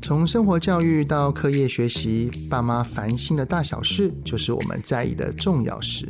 从生活教育到课业学习，爸妈烦心的大小事，就是我们在意的重要事。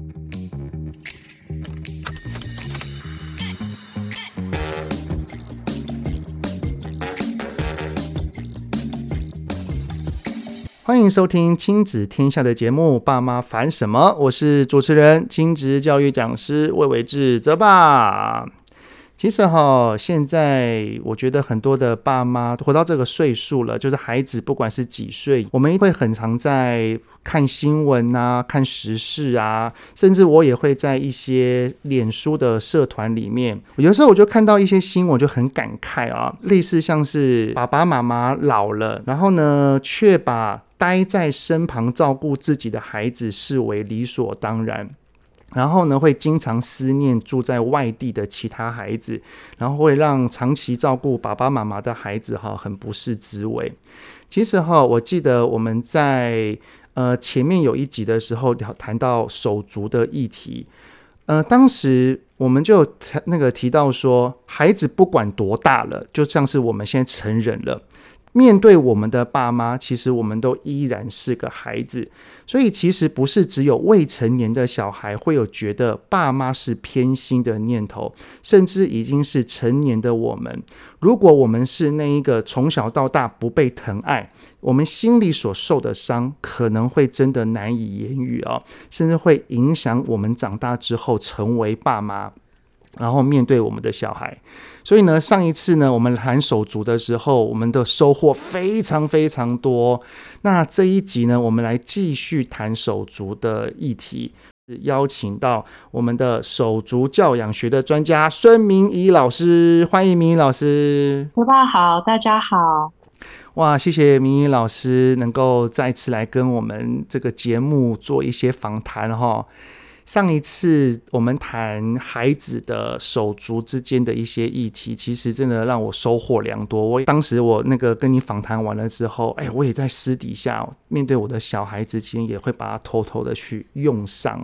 欢迎收听亲子天下的节目《爸妈烦什么》，我是主持人亲职教育讲师魏伟志泽爸。其实现在我觉得很多的爸妈活到这个岁数了，就是孩子不管是几岁，我们会很常在看新闻啊，看时事啊，甚至我也会在一些脸书的社团里面，有时候我就看到一些新闻，我就很感慨啊，类似像是爸爸妈妈老了，然后呢却把待在身旁照顾自己的孩子视为理所当然，然后呢会经常思念住在外地的其他孩子，然后会让长期照顾爸爸妈妈的孩子很不是滋味。其实我记得我们在前面有一集的时候谈到手足的议题，当时我们就提到说，孩子不管多大了，就像是我们现在成人了，面对我们的爸妈，其实我们都依然是个孩子，所以其实不是只有未成年的小孩会有觉得爸妈是偏心的念头，甚至已经是成年的我们，如果我们是那一个从小到大不被疼爱，我们心里所受的伤可能会真的难以言喻甚至会影响我们长大之后成为爸妈，然后面对我们的小孩。所以呢，上一次呢我们谈手足的时候，我们的收获非常非常多。那这一集呢，我们来继续谈手足的议题，邀请到我们的手足教养学的专家孙明仪老师，欢迎明仪老师。 大家好，大家好。 哇，谢谢明仪老师能够再次来跟我们这个节目做一些访谈上一次我们谈孩子的手足之间的一些议题，其实真的让我收获良多。当时我跟你访谈完了之后，我也在私底下面对我的小孩之间也会把它偷偷的去用上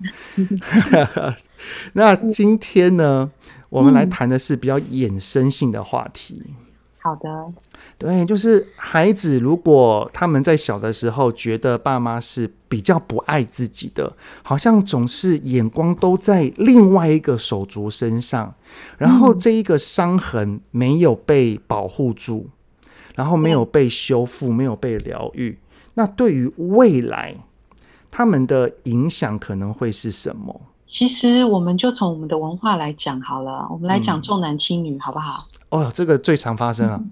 那今天呢，我们来谈的是比较衍生性的话题。 好的。 对，就是孩子如果他们在小的时候觉得爸妈是比较不爱自己的，好像总是眼光都在另外一个手足身上，然后这一个伤痕没有被保护住，然后没有被修复，没有被疗愈，那对于未来他们的影响可能会是什么？ 其实我们就从我们的文化来讲好了，我们来讲重男轻女好不好？ 这个最常发生了。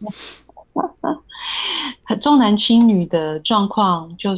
重男轻女的状况就是，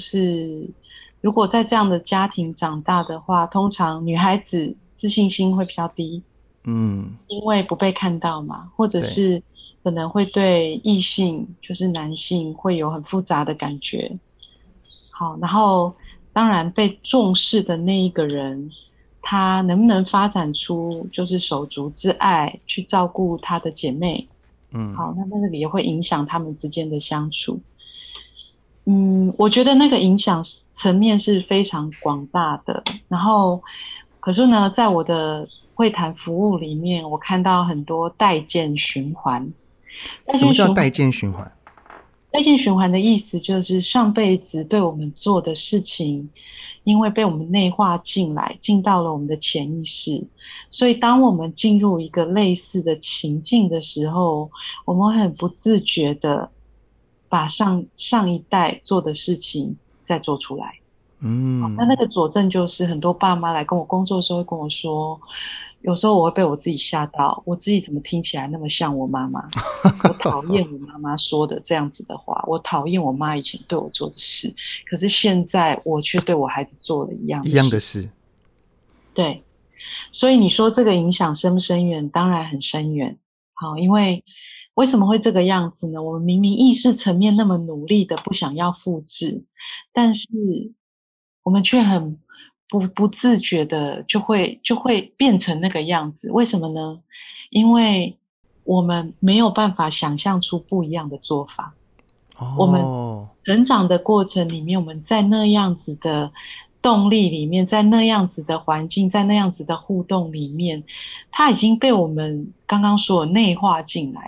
如果在这样的家庭长大的话，通常女孩子自信心会比较低，因为不被看到嘛，或者是可能会对异性，就是男性会有很复杂的感觉。好，然后当然被重视的那一个人，他能不能发展出就是手足之爱，去照顾他的姐妹，好，那个也会影响他们之间的相处。我觉得那个影响层面是非常广大的。然后，可是呢，在我的会谈服务里面，我看到很多代间循环。 什么叫代间循环？ 代间循环的意思就是上辈子对我们做的事情，因为被我们内化进来，进到了我们的潜意识，所以当我们进入一个类似的情境的时候，我们很不自觉的把上一代做的事情再做出来。那个佐证就是很多爸妈来跟我工作的时候会跟我说，有时候我会被我自己吓到，我自己怎么听起来那么像我妈妈？我讨厌我妈妈说的这样子的话，我讨厌我妈以前对我做的事，可是现在我却对我孩子做了一样的事。对，所以你说这个影响深不深远？当然很深远。好，因为什么会这个样子呢？我们明明意识层面那么努力的不想要复制，但是我们却很不自觉的就会变成那个样子。为什么呢？因为我们没有办法想象出不一样的做法。我们成长的过程里面，我们在那样子的动力里面，在那样子的环境，在那样子的互动里面，它已经被我们刚刚说的内化进来了。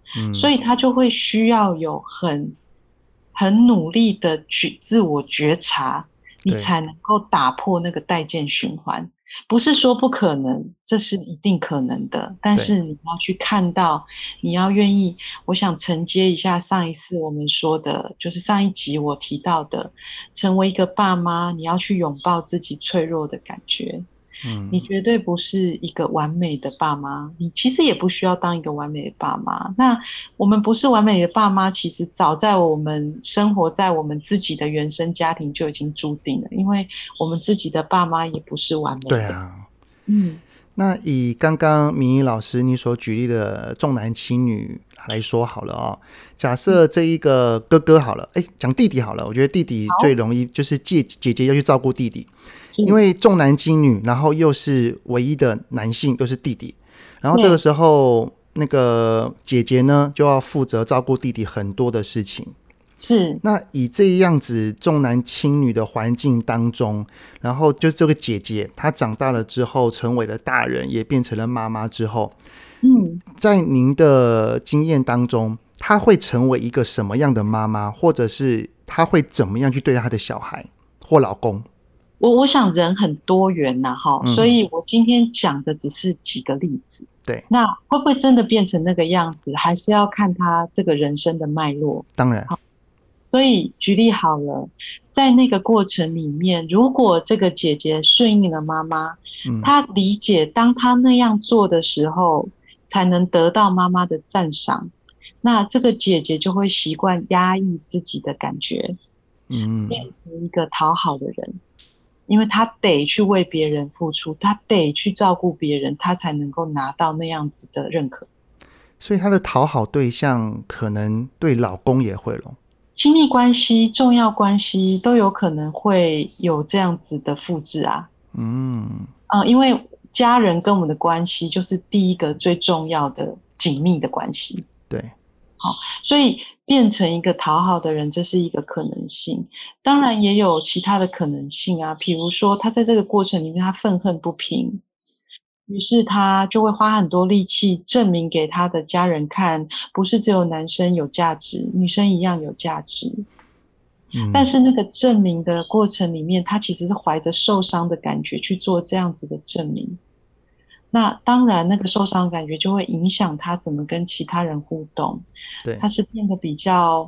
所以他就会需要有很努力的自我觉察，你才能够打破那个代间循环。不是说不可能，这是一定可能的，但是你要去看到，你要愿意。我想承接一下上一次我们说的，就是上一集我提到的，成为一个爸妈，你要去拥抱自己脆弱的感觉。你绝对不是一个完美的爸妈，你其实也不需要当一个完美的爸妈。那我们不是完美的爸妈，其实早在我们生活在我们自己的原生家庭就已经注定了，因为我们自己的爸妈也不是完美的。 对啊，那以刚刚明仪老师你所举例的重男轻女来说好了哦，假设这一个哥哥好了，讲弟弟好了，我觉得弟弟最容易就是姐姐要去照顾弟弟，因为重男轻女，然后又是唯一的男性，又是弟弟，然后这个时候那个姐姐呢就要负责照顾弟弟很多的事情。 是， 那以这样子重男轻女的环境当中，然后就这个姐姐她长大了之后成为了大人，也变成了妈妈之后，在您的经验当中，她会成为一个什么样的妈妈，或者是她会怎么样去对待她的小孩或老公？ 我想人很多元呐，所以我今天讲的只是几个例子。 对， 那会不会真的变成那个样子，还是要看他这个人生的脉络。 当然。 所以举例好了，在那个过程里面，如果这个姐姐顺应了妈妈，她理解当她那样做的时候，才能得到妈妈的赞赏，那这个姐姐就会习惯压抑自己的感觉，变成一个讨好的人，因为她得去为别人付出，她得去照顾别人，她才能够拿到那样子的认可。 所以她的讨好对象可能对老公也会咯。 亲密关系、重要关系都有可能会有这样子的复制啊。因为家人跟我们的关系就是第一个最重要的紧密的关系。 对， 好，所以变成一个讨好的人，这是一个可能性。当然也有其他的可能性啊，比如说他在这个过程里面他愤恨不平，于是他就会花很多力气证明给他的家人看，不是只有男生有价值，女生一样有价值。但是那个证明的过程里面，他其实是怀着受伤的感觉去做这样子的证明。那当然那个受伤的感觉就会影响他怎么跟其他人互动。 对， 他是变得比较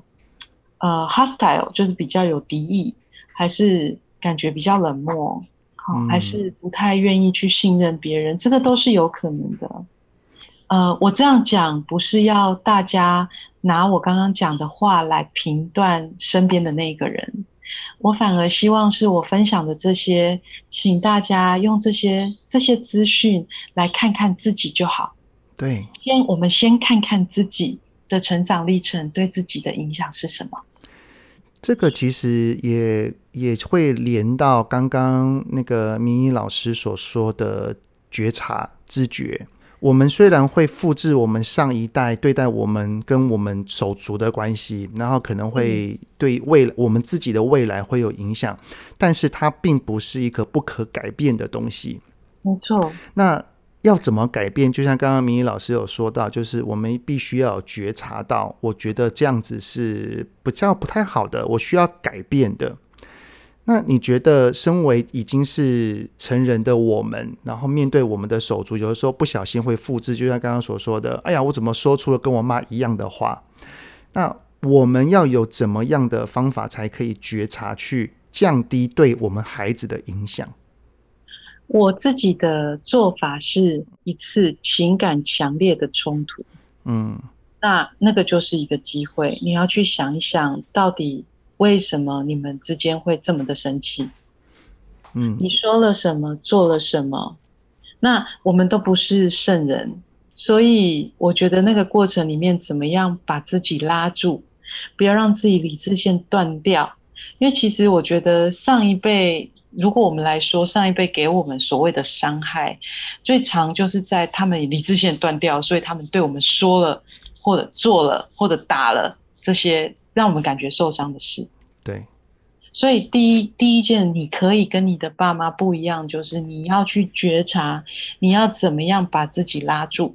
hostile， 就是比较有敌意，还是感觉比较冷漠，还是不太愿意去信任别人，这个都是有可能的。我这样讲不是要大家拿我刚刚讲的话来评断身边的那个人，我反而希望是我分享的这些，请大家用这些资讯来看看自己就好。 对， 我们先看看自己的成长历程对自己的影响是什么。 这个其实也会连到刚刚那个明仪老师所说的觉察知觉。我们虽然会复制我们上一代对待我们跟我们手足的关系，然后可能会对我们自己的未来会有影响，但是它并不是一个不可改变的东西。 没错。 那要怎么改变？就像刚刚明仪老师有说到，就是我们必须要有觉察到，我觉得这样子是不太好的，我需要改变的。那你觉得身为已经是成人的我们，然后面对我们的手足，有的时候不小心会复制，就像刚刚所说的，哎呀，我怎么说出了跟我妈一样的话？那我们要有怎么样的方法才可以觉察，去降低对我们孩子的影响？ 我自己的做法是一次情感强烈的冲突，那个就是一个机会，你要去想一想，到底为什么你们之间会这么的生气？你说了什么，做了什么？那我们都不是圣人，所以我觉得那个过程里面，怎么样把自己拉住，不要让自己理智线断掉。因为其实我觉得上一辈，如果我们来说，上一辈给我们所谓的伤害，最常就是在他们理智线断掉，所以他们对我们说了，或者做了，或者打了这些让我们感觉受伤的事。 对。 所以第一件你可以跟你的爸妈不一样，就是你要去觉察，你要怎么样把自己拉住，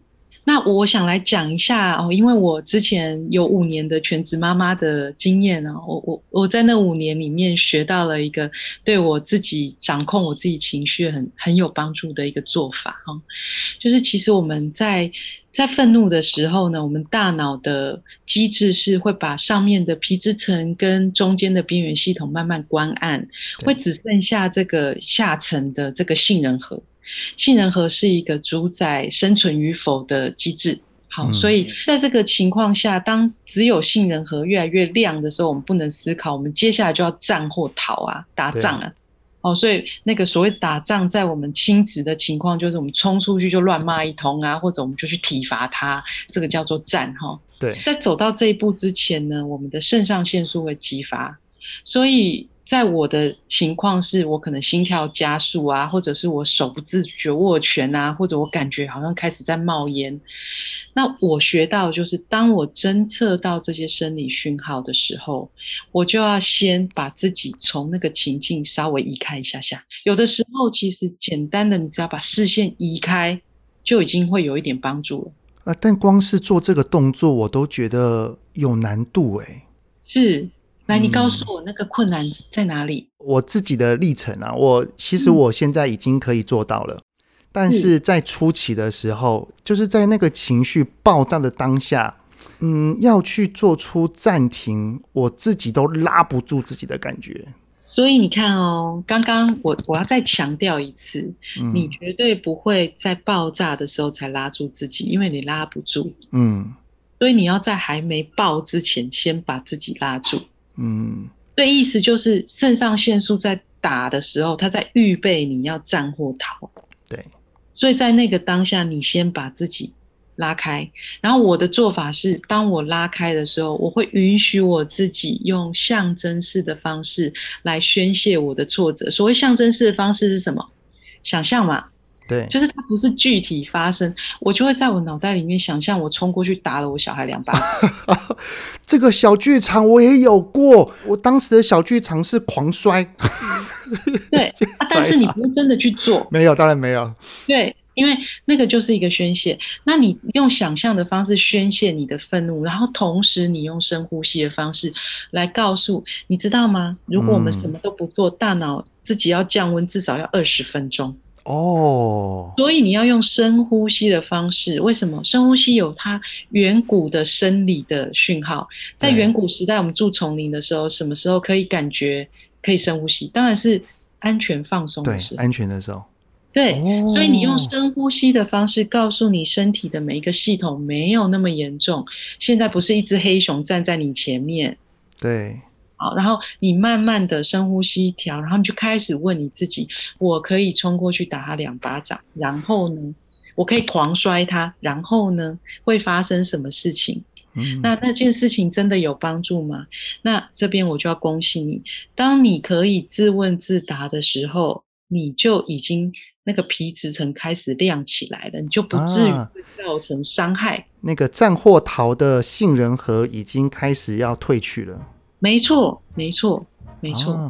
那我想来讲一下哦，因为我之前有5年的全职妈妈的经验啊，我在那5年里面学到了一个对我自己掌控我自己情绪很有帮助的一个做法哦，就是其实我们在愤怒的时候呢，我们大脑的机制是会把上面的皮质层跟中间的边缘系统慢慢关暗，会只剩下这个下层的这个杏仁核。杏仁核是一个主宰生存与否的机制。好，所以在这个情况下，当只有杏仁核越来越亮的时候，我们不能思考，我们接下来就要战或逃啊，打仗啊。哦，所以那个所谓打仗，在我们亲子的情况，就是我们冲出去就乱骂一通啊，或者我们就去体罚他，这个叫做战哈。 对， 在走到这一步之前呢，我们的肾上腺素会激发，所以在我的情况是我可能心跳加速啊，或者是我手不自觉握拳啊，或者我感觉好像开始在冒烟。那我学到就是，当我侦测到这些生理讯号的时候，我就要先把自己从那个情境稍微移开一下下。有的时候其实简单的，你只要把视线移开，就已经会有一点帮助了。 但光是做这个动作，我都觉得有难度欸。 是，来，你告诉我那个困难在哪里？ 我自己的历程啊，其实我现在已经可以做到了。但是在初期的时候，就是在那个情绪爆炸的当下，要去做出暂停，我自己都拉不住自己的感觉。 所以你看哦，刚刚我要再强调一次，你绝对不会在爆炸的时候才拉住自己，因为你拉不住。所以你要在还没爆之前，先把自己拉住。对，意思就是肾上腺素在打的时候，它在预备你要战或逃。 对。 所以在那个当下，你先把自己拉开。然后我的做法是，当我拉开的时候，我会允许我自己用象征式的方式来宣泄我的挫折。所谓象征式的方式是什么？想象嘛。 对， 就是它不是具体发生，我就会在我脑袋里面想象我冲过去打了我小孩2巴掌。 这个小剧场我也有过，我当时的小剧场是狂摔。 对，但是你不是真的去做。 没有，当然没有。 对，因为那个就是一个宣泄。那你用想象的方式宣泄你的愤怒，然后同时你用深呼吸的方式来告诉你，知道吗？如果我们什么都不做，大脑自己要降温至少要20分钟。所以你要用深呼吸的方式。为什么？深呼吸有它远古的生理的讯号。在远古时代，我们住丛林的时候，什么时候可以感觉可以深呼吸？当然是安全放松的时候。 对，安全的时候。 对，所以你用深呼吸的方式告诉你身体的每一个系统没有那么严重。现在不是一只黑熊站在你前面。 对。 好，然后你慢慢的深呼吸调，然后你就开始问你自己，我可以冲过去打他2巴掌，然后呢，我可以狂摔他，然后呢，会发生什么事情？那件事情真的有帮助吗？那这边我就要恭喜你，当你可以自问自答的时候，你就已经那个皮质层开始亮起来了，你就不至于会造成伤害。 那个战或逃的杏仁核已经开始要退去了。 没错，没错，没错。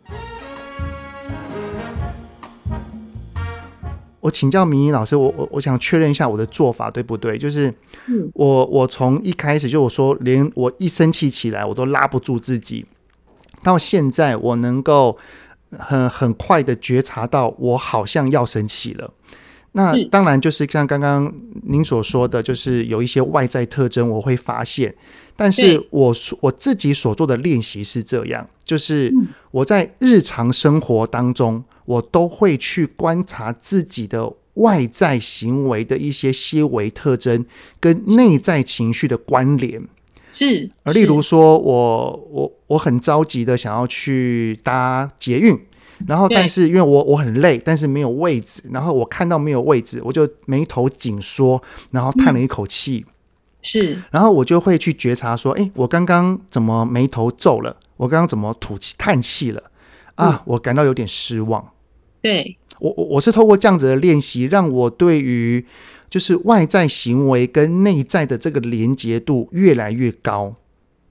我请教明仪老师，我想确认一下我的做法对不对？就是我从一开始就我说，连我一生气起来我都拉不住自己，到现在我能够很快的觉察到我好像要生气了。那当然就是像刚刚您所说的，就是有一些外在特征我会发现，但是我自己所做的练习是这样，就是我在日常生活当中，我都会去观察自己的外在行为的一些些微特征跟内在情绪的关联。 是， 例如说我很着急的想要去搭捷运，然后但是因为我很累，但是没有位置，然后我看到没有位置，我就眉头紧缩，然后叹了一口气。 是， 然后我就会去觉察说，我刚刚怎么眉头皱了？我刚刚怎么叹气了？我感到有点失望。 对， 我是透过这样子的练习，让我对于就是外在行为跟内在的这个连结度越来越高。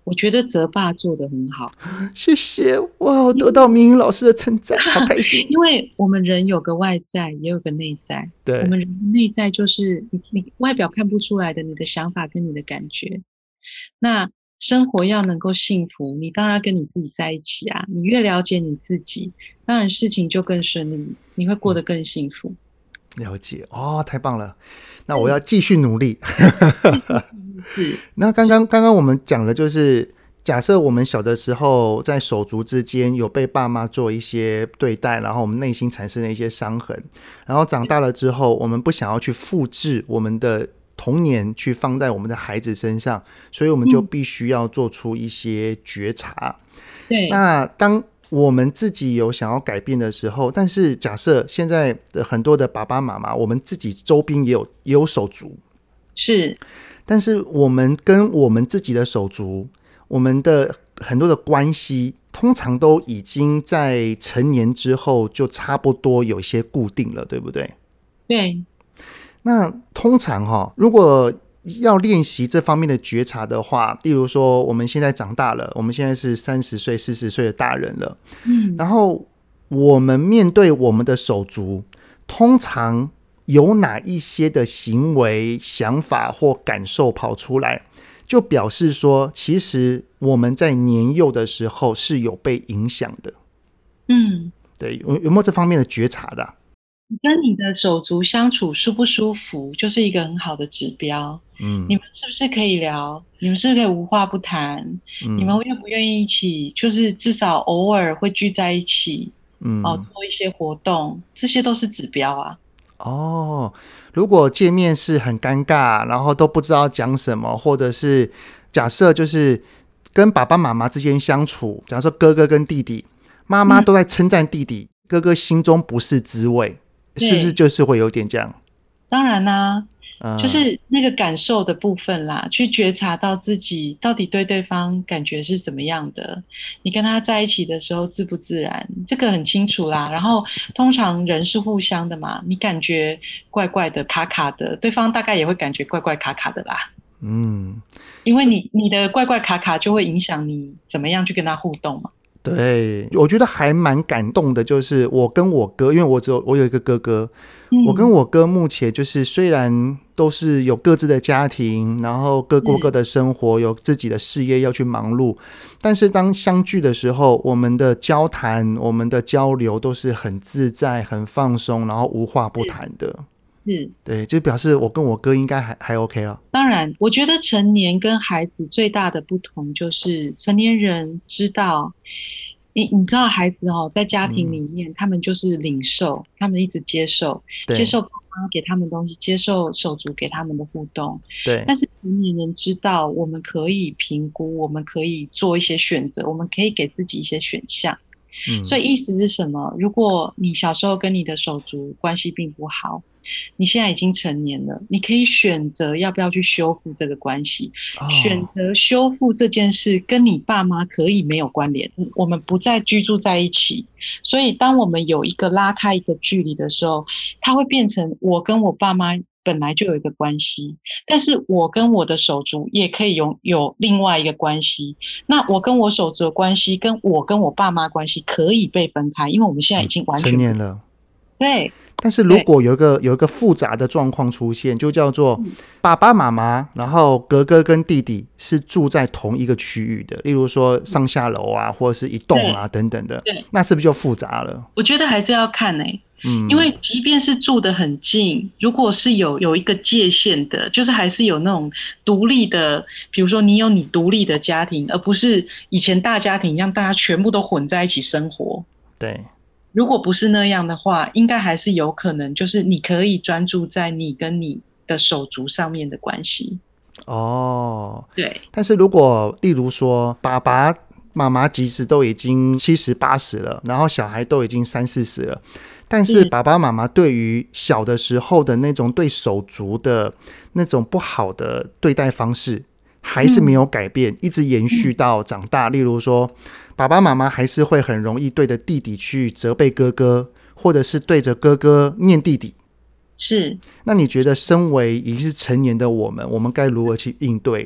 我觉得泽爸做得很好。 谢谢，哇，得到明颖老师的称赞，好开心。 因为我们人有个外在，也有个内在。我对， 们人的内在就是你外表看不出来的，你的想法跟你的感觉。那生活要能够幸福，你当然跟你自己在一起啊。你越了解你自己，当然事情就更顺利，你会过得更幸福。 了解哦，太棒了。那我要继续努力。 是， 那刚刚我们讲的就是，假设我们小的时候在手足之间有被爸妈做一些对待，然后我们内心产生了一些伤痕，然后长大了之后，我们不想要去复制我们的童年去放在我们的孩子身上，所以我们就必须要做出一些觉察。 对， 那当我们自己有想要改变的时候，但是假设现在的很多的爸爸妈妈，我们自己周边也有手足， 是， 但是我们跟我们自己的手足，我们的很多的关系，通常都已经在成年之后就差不多有一些固定了，对不对？ 对， 那通常如果要练习这方面的觉察的话，例如说我们现在长大了，我们现在是30岁、40岁的大人了，然后我们面对我们的手足，通常有哪一些的行为、想法或感受跑出来，就表示说，其实我们在年幼的时候是有被影响的。对，有没有这方面的觉察的你跟你的手足相处舒不舒服，就是一个很好的指标。你们是不是可以聊？你们是不是可以无话不谈？你们愿不愿意一起？就是至少偶尔会聚在一起，做一些活动，这些都是指标啊。 哦，如果见面是很尴尬，然后都不知道讲什么，或者是假设就是跟爸爸妈妈之间相处，假如说哥哥跟弟弟，妈妈都在称赞弟弟，哥哥心中不是滋味，是不是就是会有点这样？ 当然啦，就是那个感受的部分啦，去觉察到自己到底对对方感觉是怎么样的，你跟他在一起的时候自不自然，这个很清楚啦。然后通常人是互相的嘛，你感觉怪怪的、卡卡的，对方大概也会感觉怪怪卡卡的啦。因为你的怪怪卡卡就会影响你怎么样去跟他互动嘛。 对，我觉得还蛮感动的，就是我跟我哥，因为我有一个哥哥，我跟我哥目前就是虽然都是有各自的家庭，然后各过各的生活，有自己的事业要去忙碌，但是当相聚的时候，我们的交谈、我们的交流都是很自在、很放松，然后无话不谈的。对，就表示我跟我哥应该还 OK 啊。 当然，我觉得成年跟孩子最大的不同就是成年人知道，你知道孩子在家庭里面，他们就是领受，他们一直接受爸妈给他们东西，接受手足给他们的互动。 对， 但是成年人知道，我们可以评估，我们可以做一些选择，我们可以给自己一些选项。所以意思是什么？如果你小时候跟你的手足关系并不好，你现在已经成年了，你可以选择要不要去修复这个关系，选择修复这件事跟你爸妈可以没有关联，我们不再居住在一起，所以当我们有一个拉开一个距离的时候，它会变成我跟我爸妈本来就有一个关系，但是我跟我的手足也可以有另外一个关系。那我跟我手足的关系跟我跟我爸妈关系可以被分开，因为我们现在已经完全成年了。 对， 但是如果有一个复杂的状况出现，就叫做爸爸妈妈，然后哥哥跟弟弟是住在同一个区域的，例如说上下楼啊，或者是一栋啊等等的，那是不是就复杂了？ 我觉得还是要看因为即便是住得很近，如果是有一个界限的，就是还是有那种独立的，比如说你有你独立的家庭，而不是以前大家庭一样，大家全部都混在一起生活。 对。 如果不是那样的话，应该还是有可能，就是你可以专注在你跟你的手足上面的关系。对。 但是如果例如说爸爸妈妈即使都已经70、80了，然后小孩都已经30、40了，但是爸爸妈妈对于小的时候的那种对手足的那种不好的对待方式还是没有改变，一直延续到长大。例如说爸爸妈妈还是会很容易对着弟弟去责备哥哥，或者是对着哥哥念弟弟。那你觉得身为已经是成年的我们该如何去应对？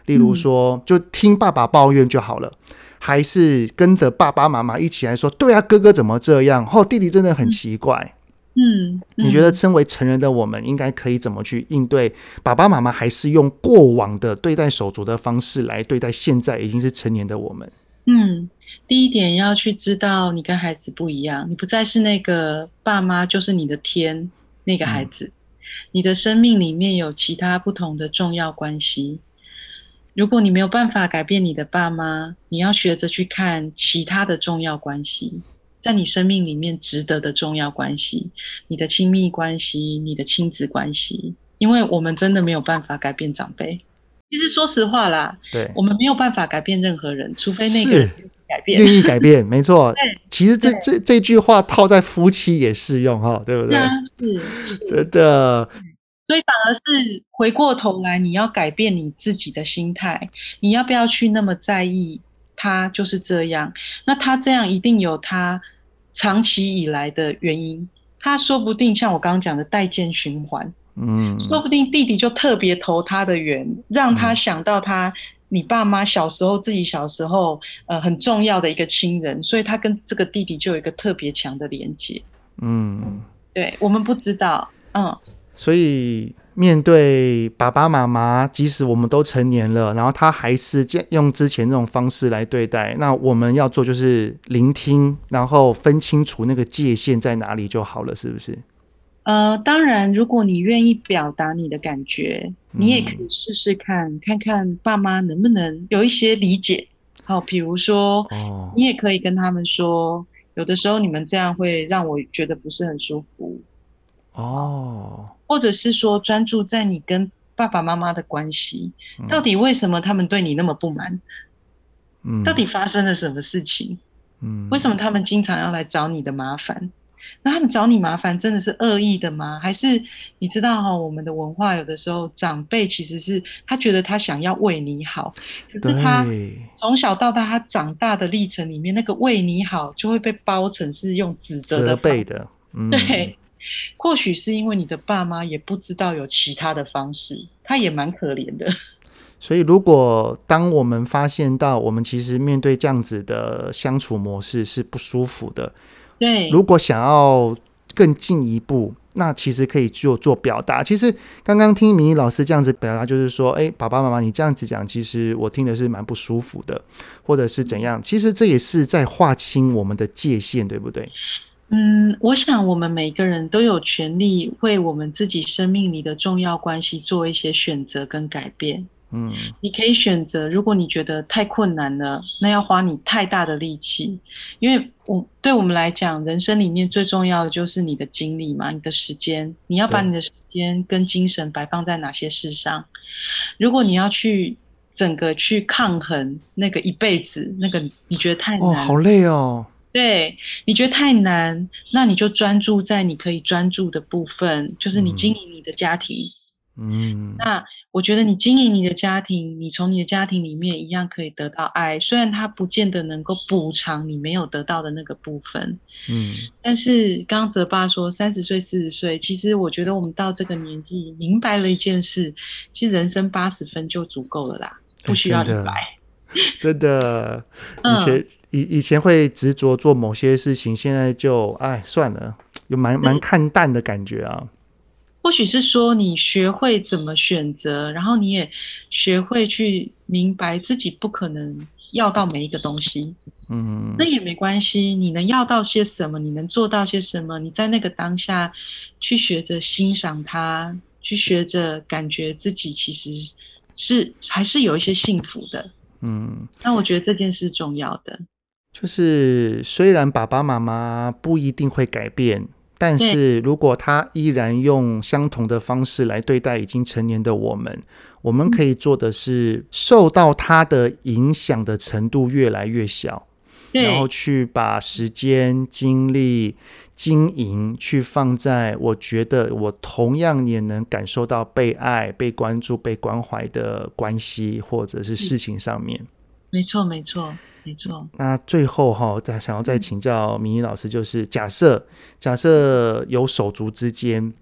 例如说就听爸爸抱怨就好了，还是跟着爸爸妈妈一起来说，对啊，哥哥怎么这样，弟弟真的很奇怪。你觉得身为成人的我们应该可以怎么去应对爸爸妈妈还是用过往的对待手足的方式来对待现在已经是成年的我们？ 第一点要去知道你跟孩子不一样，你不再是那个爸妈就是你的天那个孩子，你的生命里面有其他不同的重要关系。如果你没有办法改变你的爸妈，你要学着去看其他的重要关系，在你生命里面值得的重要关系，你的亲密关系，你的亲子关系，因为我们真的没有办法改变长辈。其实说实话啦， 对， 我们没有办法改变任何人，除非那个人改变， 愿意改变，没错。其实对这句话套在夫妻也适用哈，对不对？ 是真的。 所以反而是回过头来，你要改变你自己的心态，你要不要去那么在意他就是这样？那他这样一定有他长期以来的原因，他说不定像我刚刚讲的代间循环，说不定弟弟就特别投他的缘，让他想到你爸妈自己小时候很重要的一个亲人，所以他跟这个弟弟就有一个特别强的连结。对，我们不知道。 所以面对爸爸妈妈，即使我们都成年了，然后他还是用之前那种方式来对待，那我们要做就是聆听，然后分清楚那个界限在哪里就好了，是不是？ 当然，如果你愿意表达你的感觉，你也可以试试看看爸妈能不能有一些理解。好，比如说，你也可以跟他们说，有的时候你们这样会让我觉得不是很舒服。或者是说专注在你跟爸爸妈妈的关系，到底为什么他们对你那么不满？到底发生了什么事情？为什么他们经常要来找你的麻烦？那他们找你麻烦真的是恶意的吗？还是你知道我们的文化有的时候长辈其实是他觉得他想要为你好，可是他从小到大他长大的历程里面，那个为你好就会被包成是用指责的责备的。 对，或许是因为你的爸妈也不知道有其他的方式，他也蛮可怜的。 所以如果当我们发现到我们其实面对这样子的相处模式是不舒服的， 对， 如果想要更进一步，那其实可以做表达。其实刚刚听明仪老师这样子表达，就是说爸爸妈妈你这样子讲，其实我听的是蛮不舒服的，或者是怎样，其实这也是在划清我们的界限，对不对？ 我想我们每个人都有权利为我们自己生命里的重要关系做一些选择跟改变。你可以选择，如果你觉得太困难了，那要花你太大的力气，因为对我们来讲，人生里面最重要的就是你的精力嘛，你的时间，你要把你的时间跟精神摆放在哪些事上？如果你要去整个去抗衡那个一辈子，那个你觉得太难， 好累哦。 对，你觉得太难，那你就专注在你可以专注的部分，就是你经营你的家庭。那我觉得你经营你的家庭，你从你的家庭里面一样可以得到爱，虽然它不见得能够补偿你没有得到的那个部分。但是刚刚泽爸说30岁40岁，其实我觉得我们到这个年纪明白了一件事，其实人生80分就足够了啦，不需要100。 真的，以前会执着做某些事情，现在就算了，有蛮看淡的感觉啊。 或许是说你学会怎么选择，然后你也学会去明白自己不可能要到每一个东西，那也没关系，你能要到些什么，你能做到些什么，你在那个当下去学着欣赏它，去学着感觉自己其实还是有一些幸福的。那我觉得这件事重要的， 就是虽然爸爸妈妈不一定会改变，但是如果他依然用相同的方式来对待已经成年的我们可以做的是受到他的影响的程度越来越小，然后去把时间精力经营去放在我觉得我同样也能感受到被爱被关注被关怀的关系或者是事情上面。 没错。 那最后想要再请教明仪老师，就是假设有手足之间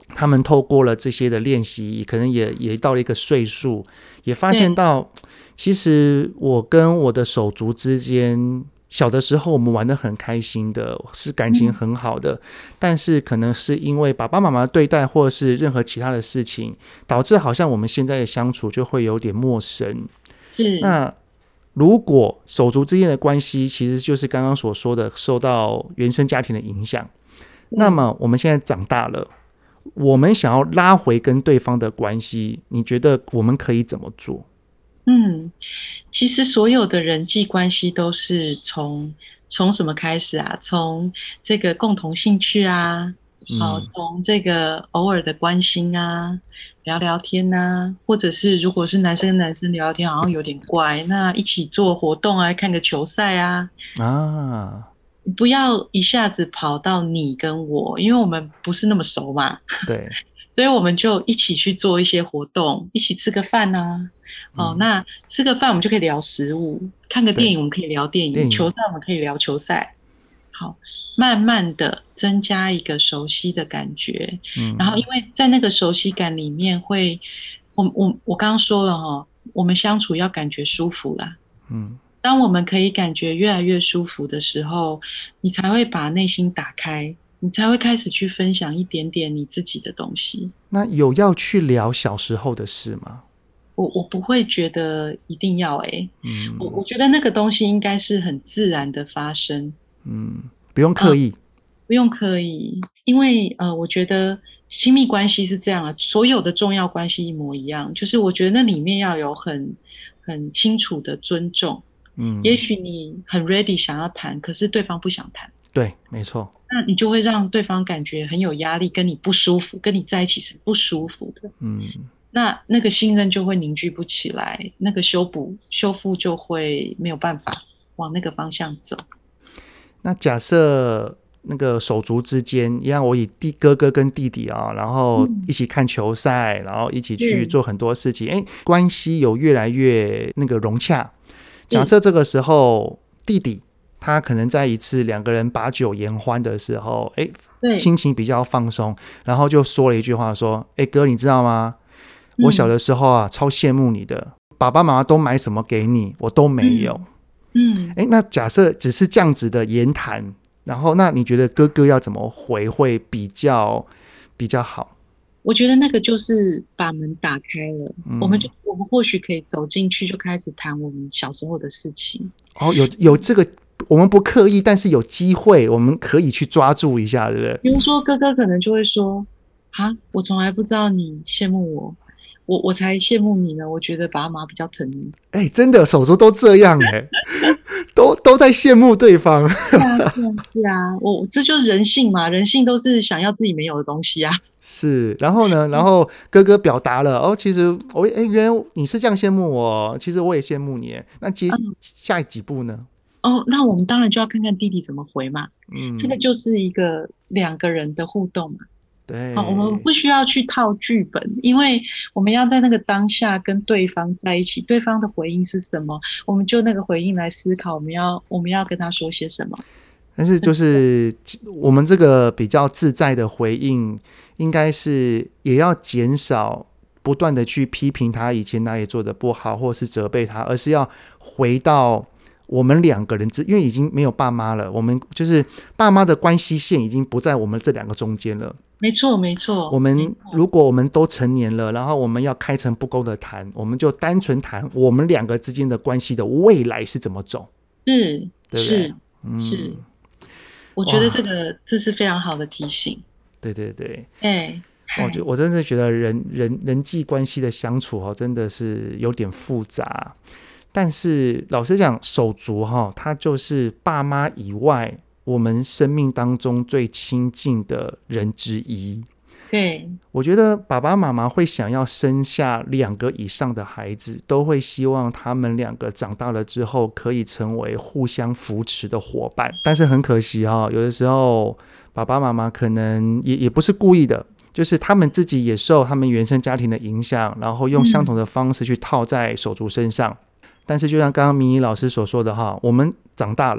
他们透过了这些的练习，可能也到了一个岁数，也发现到其实我跟我的手足之间，小的时候我们玩得很开心的，是感情很好的，但是可能是因为爸爸妈妈的对待或是任何其他的事情，导致好像我们现在的相处就会有点陌生。那如果手足之间的关系其实就是刚刚所说的受到原生家庭的影响，那么我们现在长大了，我们想要拉回跟对方的关系，你觉得我们可以怎么做？ 其实所有的人际关系都是从什么开始啊？从这个共同兴趣啊，从这个偶尔的关心啊，聊聊天啊，或者是如果是男生跟男生聊天，好像有点怪，那一起做活动啊，看个球赛啊，不要一下子跑到你跟我，因为我们不是那么熟嘛。 对， 所以我们就一起去做一些活动，一起吃个饭啊。那吃个饭我们就可以聊食物，看个电影我们可以聊电影，球赛我们可以聊球赛。好，慢慢的增加一个熟悉的感觉。然后因为在那个熟悉感里面会，我刚刚说了我们相处要感觉舒服啦。当我们可以感觉越来越舒服的时候，你才会把内心打开，你才会开始去分享一点点你自己的东西。 那有要去聊小时候的事吗？ 我不会觉得一定要我觉得那个东西应该是很自然的发生， 不用刻意， 不用刻意，因为我觉得亲密关系是这样所有的重要关系一模一样，就是我觉得那里面要有很清楚的尊重。也许你很 ready 想要谈，可是对方不想谈， 对，没错， 那你就会让对方感觉很有压力，跟你不舒服，跟你在一起是不舒服的。那个信任就会凝聚不起来，那个修复就会没有办法往那个方向走。 那假设那个手足之间一样，我以哥哥跟弟弟然后一起看球赛，然后一起去做很多事情，关系有越来越那个融洽。假设这个时候弟弟他可能在一次两个人把酒言欢的时候，心情比较放松，然后就说了一句话说，哥，你知道吗？我小的时候超羡慕你的，爸爸妈妈都买什么给你，我都没有。那假设只是这样子的言谈，然后那你觉得哥哥要怎么回会比较好？ 我觉得那个就是把门打开了，我们或许可以走进去，就开始谈我们小时候的事情。 有这个，我们不刻意，但是有机会，我们可以去抓住一下，对不对？ 比如说哥哥可能就会说，我从来不知道你羡慕我才羡慕你呢。我觉得爸妈比较疼你。 真的，手足都这样都在羡慕对方。 是啊，这就是人性嘛，人性都是想要自己没有的东西啊。 是，然后呢？然后哥哥表达了其实原来你是这样羡慕我，其实我也羡慕你。那下几步呢？ 那我们当然就要看看弟弟怎么回嘛。这个就是一个两个人的互动嘛。 对， 我们不需要去套剧本，因为我们要在那个当下跟对方在一起，对方的回应是什么，我们就那个回应来思考，我们要跟他说些什么。 但是就是我们这个比较自在的回应，应该是也要减少不断的去批评他以前哪里做的不好，或是责备他，而是要回到我们两个人因为已经没有爸妈了，我们就是爸妈的关系线已经不在我们这两个中间了。 没错没错， 如果我们都成年了，然后我们要开诚布公的谈，我们就单纯谈我们两个之间的关系的未来是怎么走。 对不对？ 是我觉得这是非常好的提醒。 对对对， 我真的觉得人际关系的相处真的是有点复杂。但是老实讲，手足他就是爸妈以外我们生命当中最亲近的人之一。 对， 我觉得爸爸妈妈会想要生下2个以上的孩子，都会希望他们2个长大了之后可以成为互相扶持的伙伴。但是很可惜有的时候爸爸妈妈可能也不是故意的，就是他们自己也受他们原生家庭的影响，然后用相同的方式去套在手足身上。但是就像刚刚明仪老师所说的我们长大了，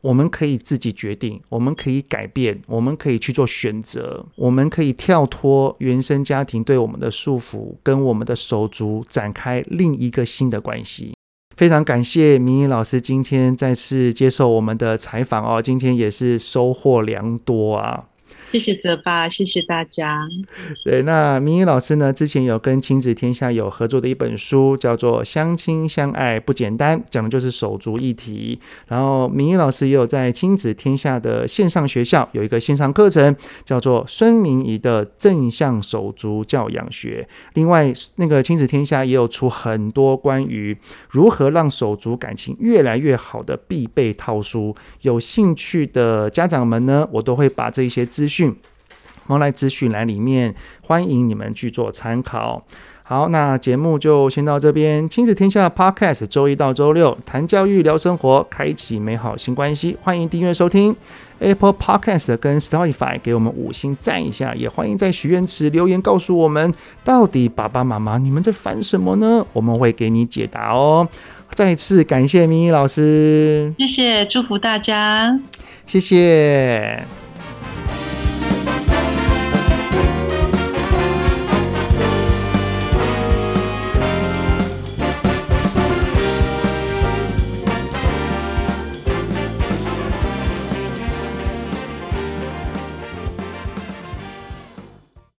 我们可以自己决定，我们可以改变，我们可以去做选择，我们可以跳脱原生家庭对我们的束缚，跟我们的手足展开另一个新的关系。非常感谢明仪老师今天再次接受我们的采访哦，今天也是收获良多啊。 谢谢泽爸，谢谢大家。 对，那明仪老师呢，之前有跟亲子天下有合作的一本书，叫做《相亲相爱不简单》，讲的就是手足议题。然后明仪老师也有在亲子天下的线上学校有一个线上课程，叫做孙明仪的正向手足教养学。另外，那个亲子天下也有出很多关于如何让手足感情越来越好的必备套书。有兴趣的家长们呢，我都会把这些资讯放在资讯栏里面，欢迎你们去做参考。好，那节目就先到这边。亲子天下 Podcast 周一到周六谈教育聊生活，开启美好新关系。欢迎订阅收听 Apple Podcast 跟 Spotify， 给我们5星赞一下，也欢迎在许愿池留言告诉我们，到底爸爸妈妈你们在烦什么呢？我们会给你解答哦。再次感谢明仪老师， 谢谢，祝福大家， 谢谢。